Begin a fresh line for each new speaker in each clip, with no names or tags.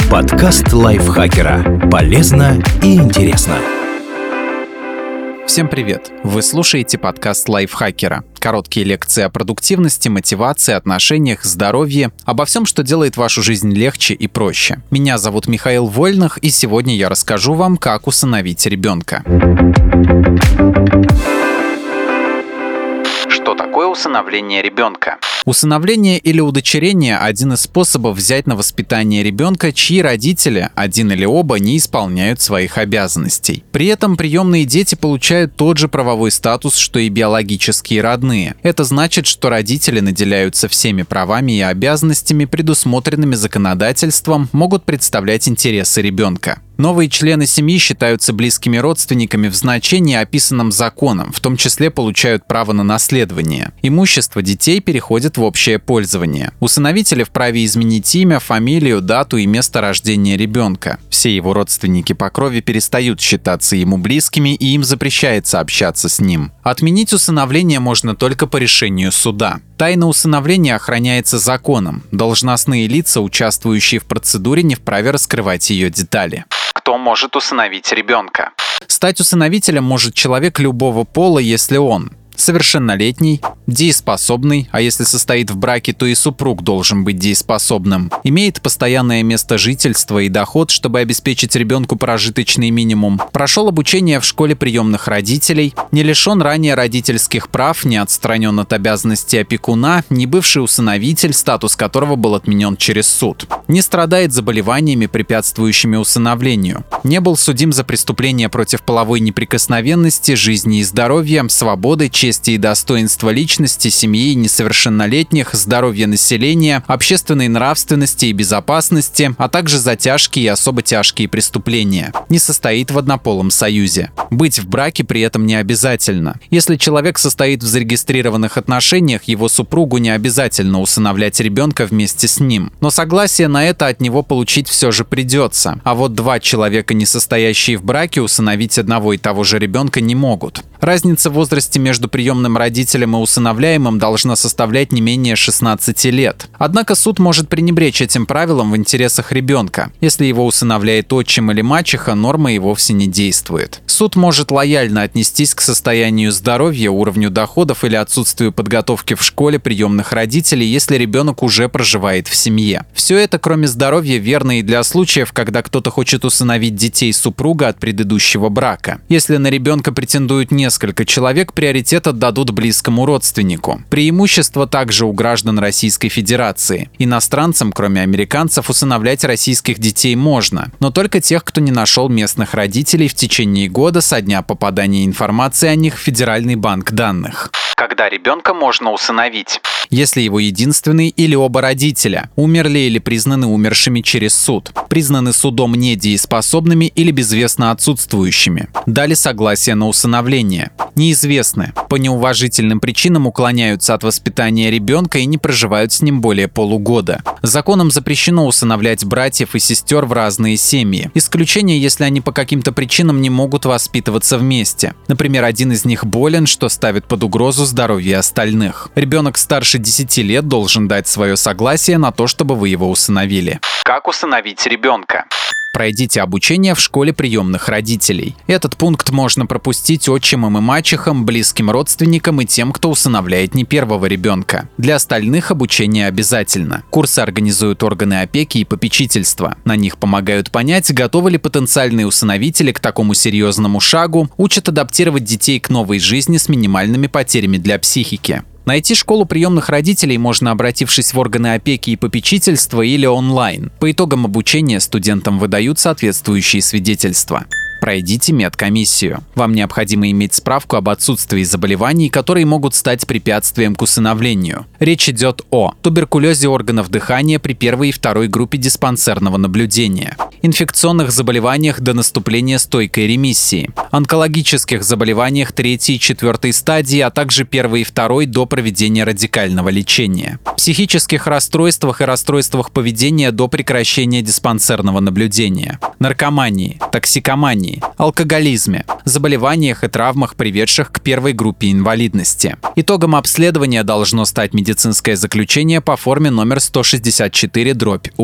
Подкаст лайфхакера. Полезно и интересно.
Всем привет! Вы слушаете подкаст лайфхакера. Короткие лекции о продуктивности, мотивации, отношениях, здоровье, обо всем, что делает вашу жизнь легче и проще. Меня зовут Михаил Вольных, и сегодня я расскажу вам, как усыновить ребенка. Что такое усыновление ребенка? Усыновление или удочерение – один из способов взять на воспитание ребенка, чьи родители, один или оба, не исполняют своих обязанностей. При этом приемные дети получают тот же правовой статус, что и биологические родные. Это значит, что родители наделяются всеми правами и обязанностями, предусмотренными законодательством, могут представлять интересы ребенка. Новые члены семьи считаются близкими родственниками в значении, описанном законом, в том числе получают право на наследование. Имущество детей переходит в общее пользование. Усыновители вправе изменить имя, фамилию, дату и место рождения ребенка. Все его родственники по крови перестают считаться ему близкими, и им запрещается общаться с ним. Отменить усыновление можно только по решению суда. Тайна усыновления охраняется законом. Должностные лица, участвующие в процедуре, не вправе раскрывать ее детали. Кто может усыновить ребенка? Стать усыновителем может человек любого пола, если он совершеннолетний, дееспособный, а если состоит в браке, то и супруг должен быть дееспособным, имеет постоянное место жительства и доход, чтобы обеспечить ребенку прожиточный минимум, прошел обучение в школе приемных родителей, не лишен ранее родительских прав, не отстранен от обязанностей опекуна, не бывший усыновитель, статус которого был отменен через суд, не страдает заболеваниями, препятствующими усыновлению, не был судим за преступления против половой неприкосновенности, жизни и здоровья, свободы, чести и достоинства личности, семьи, несовершеннолетних, здоровья населения, общественной нравственности и безопасности, а также за тяжкие и особо тяжкие преступления. Не состоит в однополом союзе. Быть в браке при этом не обязательно. Если человек состоит в зарегистрированных отношениях, его супругу не обязательно усыновлять ребенка вместе с ним. Но согласие на это от него получить все же придется. А вот два человека, не состоящие в браке, усыновить одного и того же ребенка не могут. Разница в возрасте между приемным родителем и усыновляемым должна составлять не менее 16 лет. Однако суд может пренебречь этим правилом в интересах ребенка. Если его усыновляет отчим или мачеха, норма и вовсе не действует. Суд может лояльно отнестись к состоянию здоровья, уровню доходов или отсутствию подготовки в школе приемных родителей, если ребенок уже проживает в семье. Все это, кроме здоровья, верно и для случаев, когда кто-то хочет усыновить детей супруга от предыдущего брака. Если на ребенка претендуют несколько человек, приоритет отдадут близкому родственнику. Преимущество также у граждан Российской Федерации. Иностранцам, кроме американцев, усыновлять российских детей можно, но только тех, кто не нашел местных родителей в течение года со дня попадания информации о них в Федеральный банк данных. Когда ребенка можно усыновить? Если его единственный или оба родителя умерли или признаны умершими через суд, признаны судом недееспособными или безвестно отсутствующими, дали согласие на усыновление, неизвестны, по неуважительным причинам уклоняются от воспитания ребенка и не проживают с ним более полугода. Законом запрещено усыновлять братьев и сестер в разные семьи. Исключение, если они по каким-то причинам не могут воспитываться вместе. Например, один из них болен, что ставит под угрозу здоровье остальных. Ребенок старше 10 лет должен дать свое согласие на то, чтобы вы его усыновили. Как усыновить ребенка? Пройдите обучение в школе приемных родителей. Этот пункт можно пропустить отчимам и мачехам, близким родственникам и тем, кто усыновляет не первого ребенка. Для остальных обучение обязательно. Курсы организуют органы опеки и попечительства. На них помогают понять, готовы ли потенциальные усыновители к такому серьезному шагу, учат адаптировать детей к новой жизни с минимальными потерями для психики. Найти школу приемных родителей можно, обратившись в органы опеки и попечительства, или онлайн. По итогам обучения студентам выдают соответствующие свидетельства. Пройдите медкомиссию. Вам необходимо иметь справку об отсутствии заболеваний, которые могут стать препятствием к усыновлению. Речь идет о туберкулезе органов дыхания при первой и второй группе диспансерного наблюдения, инфекционных заболеваниях до наступления стойкой ремиссии, онкологических заболеваниях 3-й и 4-й стадии, а также 1-й и 2-й до проведения радикального лечения, психических расстройствах и расстройствах поведения до прекращения диспансерного наблюдения, наркомании, токсикомании, алкоголизме, заболеваниях и травмах, приведших к первой группе инвалидности. Итогом обследования должно стать медицинское заключение по форме номер 164/У.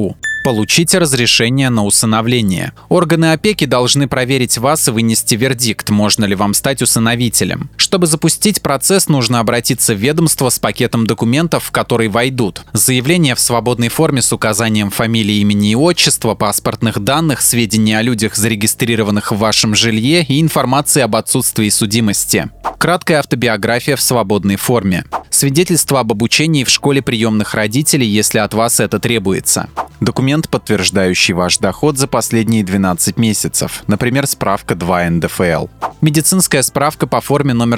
Получите разрешение на усыновление. Органы опеки должны проверить вас и вынести вердикт, можно ли вам стать усыновителем. Чтобы запустить процесс, нужно обратиться в ведомство с пакетом документов, в который войдут заявление в свободной форме с указанием фамилии, имени и отчества, паспортных данных, сведения о людях, зарегистрированных в вашем жилье, и информации об отсутствии судимости. Краткая автобиография в свободной форме. Свидетельство об обучении в школе приемных родителей, если от вас это требуется. Документ, подтверждающий ваш доход за последние 12 месяцев, например, справка 2 НДФЛ. Медицинская справка по форме номер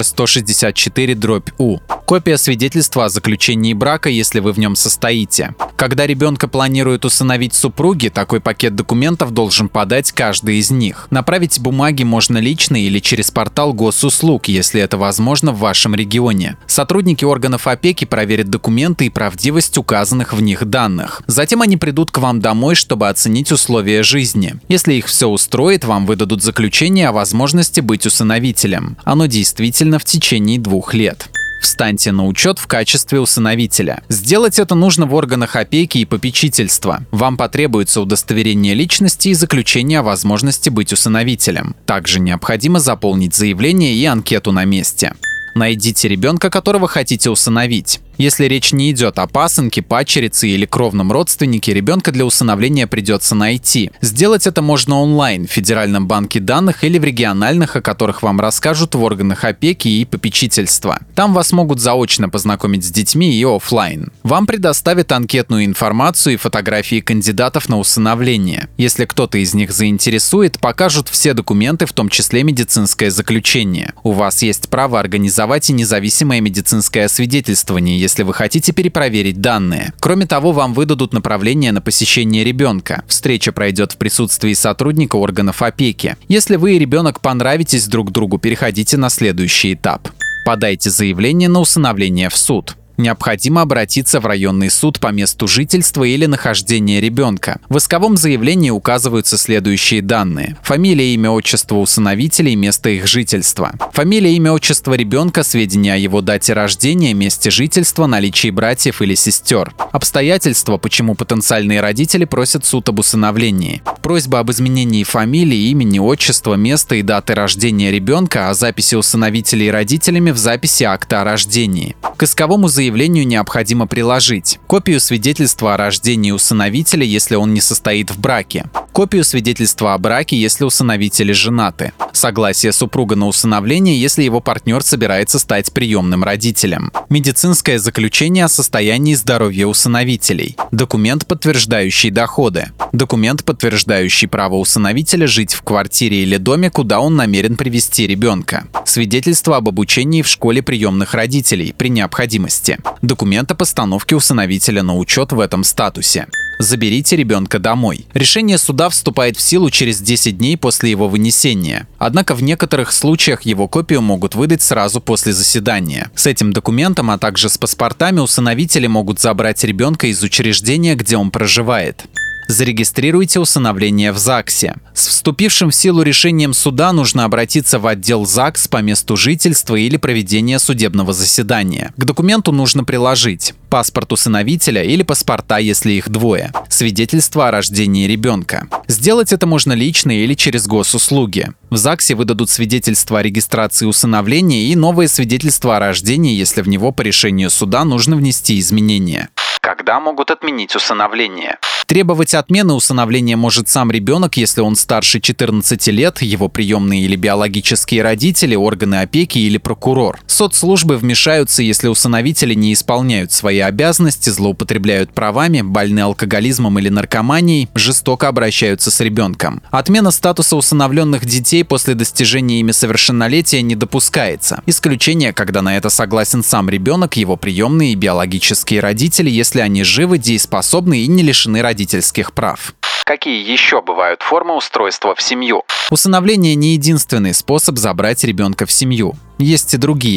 164/У. Копия свидетельства о заключении брака, если вы в нем состоите. Когда ребенка планируют усыновить супруги, такой пакет документов должен подать каждый из них. Направить бумаги можно лично или через портал госуслуг, если это возможно в вашем регионе. Сотрудники органов опеки проверят документы и правдивость указанных в них данных. Затем они придут к вам домой, чтобы оценить условия жизни. Если их все устроит, вам выдадут заключение о возможности быть усыновителем. Оно действительно в течение 2 лет. Встаньте на учет в качестве усыновителя. Сделать это нужно в органах опеки и попечительства. Вам потребуется удостоверение личности и заключение о возможности быть усыновителем. Также необходимо заполнить заявление и анкету на месте. Найдите ребенка, которого хотите усыновить. Если речь не идет о пасынке, падчерице или кровном родственнике, ребенка для усыновления придется найти. Сделать это можно онлайн, в Федеральном банке данных или в региональных, о которых вам расскажут в органах опеки и попечительства. Там вас могут заочно познакомить с детьми и офлайн. Вам предоставят анкетную информацию и фотографии кандидатов на усыновление. Если кто-то из них заинтересует, покажут все документы, в том числе медицинское заключение. У вас есть право организовать и независимое медицинское освидетельствование, если вы хотите перепроверить данные. Кроме того, вам выдадут направление на посещение ребенка. Встреча пройдет в присутствии сотрудника органов опеки. Если вы и ребенок понравитесь друг другу, переходите на следующий этап. Подайте заявление на усыновление в суд. Необходимо обратиться в районный суд по месту жительства или нахождения ребенка. В исковом заявлении указываются следующие данные: фамилия, имя, отчество усыновителей, место их жительства. Фамилия, имя, отчество ребенка, сведения о его дате рождения, месте жительства, наличии братьев или сестер. Обстоятельства, почему потенциальные родители просят суд об усыновлении. Просьба об изменении фамилии, имени, отчества, места и даты рождения ребенка, о записи усыновителей родителями в записи акта о рождении. К исковому заявлению необходимо приложить копию свидетельства о рождении усыновителя, если он не состоит в браке, копию свидетельства о браке, если усыновители женаты, согласие супруга на усыновление, если его партнер собирается стать приемным родителем, медицинское заключение о состоянии здоровья усыновителей, документ, подтверждающий доходы, документ, подтверждающий право усыновителя жить в квартире или доме, куда он намерен привести ребенка, свидетельство об обучении в школе приемных родителей при необходимости, документ о постановке усыновителя на учет в этом статусе. Заберите ребенка домой. Решение суда вступает в силу через 10 дней после его вынесения. Однако в некоторых случаях его копию могут выдать сразу после заседания. С этим документом, а также с паспортами усыновители могут забрать ребенка из учреждения, где он проживает. Зарегистрируйте усыновление в ЗАГСе. С вступившим в силу решением суда нужно обратиться в отдел ЗАГС по месту жительства или проведения судебного заседания. К документу нужно приложить паспорт усыновителя или паспорта, если их двое, свидетельство о рождении ребенка. Сделать это можно лично или через госуслуги. В ЗАГСе выдадут свидетельство о регистрации усыновления и новое свидетельство о рождении, если в него по решению суда нужно внести изменения. Когда могут отменить усыновление? Требовать отмены усыновления может сам ребенок, если он старше 14 лет, его приемные или биологические родители, органы опеки или прокурор. Соцслужбы вмешаются, если усыновители не исполняют свои обязанности, злоупотребляют правами, больны алкоголизмом или наркоманией, жестоко обращаются с ребенком. Отмена статуса усыновленных детей после достижения ими совершеннолетия не допускается. Исключение, когда на это согласен сам ребенок, его приемные и биологические родители, если они живы, дееспособны и не лишены родительских прав. Какие еще бывают формы устройства в семью? Усыновление не единственный способ забрать ребенка в семью. Есть и другие.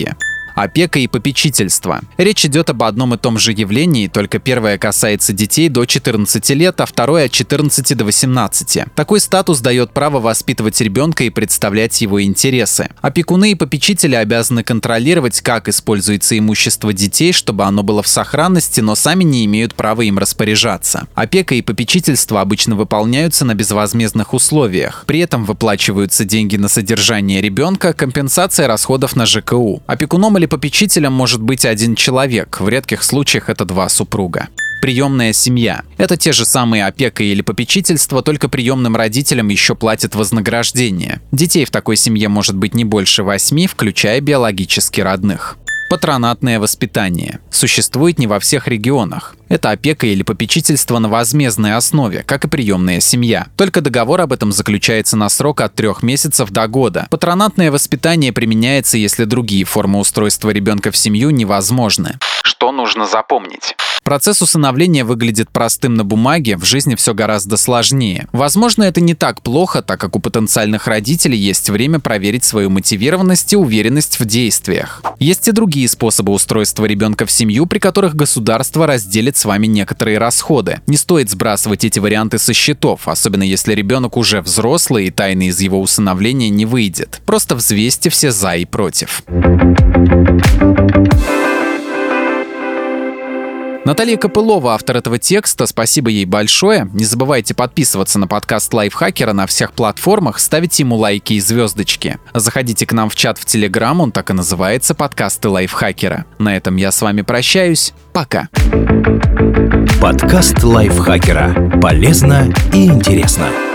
Опека и попечительство. Речь идет об одном и том же явлении, только первое касается детей до 14 лет, а второе от 14 до 18. Такой статус дает право воспитывать ребенка и представлять его интересы. Опекуны и попечители обязаны контролировать, как используется имущество детей, чтобы оно было в сохранности, но сами не имеют права им распоряжаться. Опека и попечительство обычно выполняются на безвозмездных условиях. При этом выплачиваются деньги на содержание ребенка, компенсация расходов на ЖКУ. Опекуном или попечителем может быть один человек, в редких случаях это 2 супруга. Приемная семья. Это те же самые опека или попечительство, только приемным родителям еще платят вознаграждение. Детей в такой семье может быть не больше 8, включая биологически родных. Патронатное воспитание. Существует не во всех регионах. Это опека или попечительство на возмездной основе, как и приемная семья. Только договор об этом заключается на срок от 3 месяцев до года. Патронатное воспитание применяется, если другие формы устройства ребенка в семью невозможны. Что нужно запомнить? Процесс усыновления выглядит простым на бумаге, в жизни все гораздо сложнее. Возможно, это не так плохо, так как у потенциальных родителей есть время проверить свою мотивированность и уверенность в действиях. Есть и другие способы устройства ребенка в семью, при которых государство разделит с вами некоторые расходы. Не стоит сбрасывать эти варианты со счетов, особенно если ребенок уже взрослый и тайна из его усыновления не выйдет. Просто взвесьте все за и против. Наталья Копылова, автор этого текста, спасибо ей большое. Не забывайте подписываться на подкаст Лайфхакера на всех платформах, ставить ему лайки и звездочки. Заходите к нам в чат в Телеграм, он так и называется «Подкасты Лайфхакера». На этом я с вами прощаюсь. Пока.
Подкаст Лайфхакера. Полезно и интересно.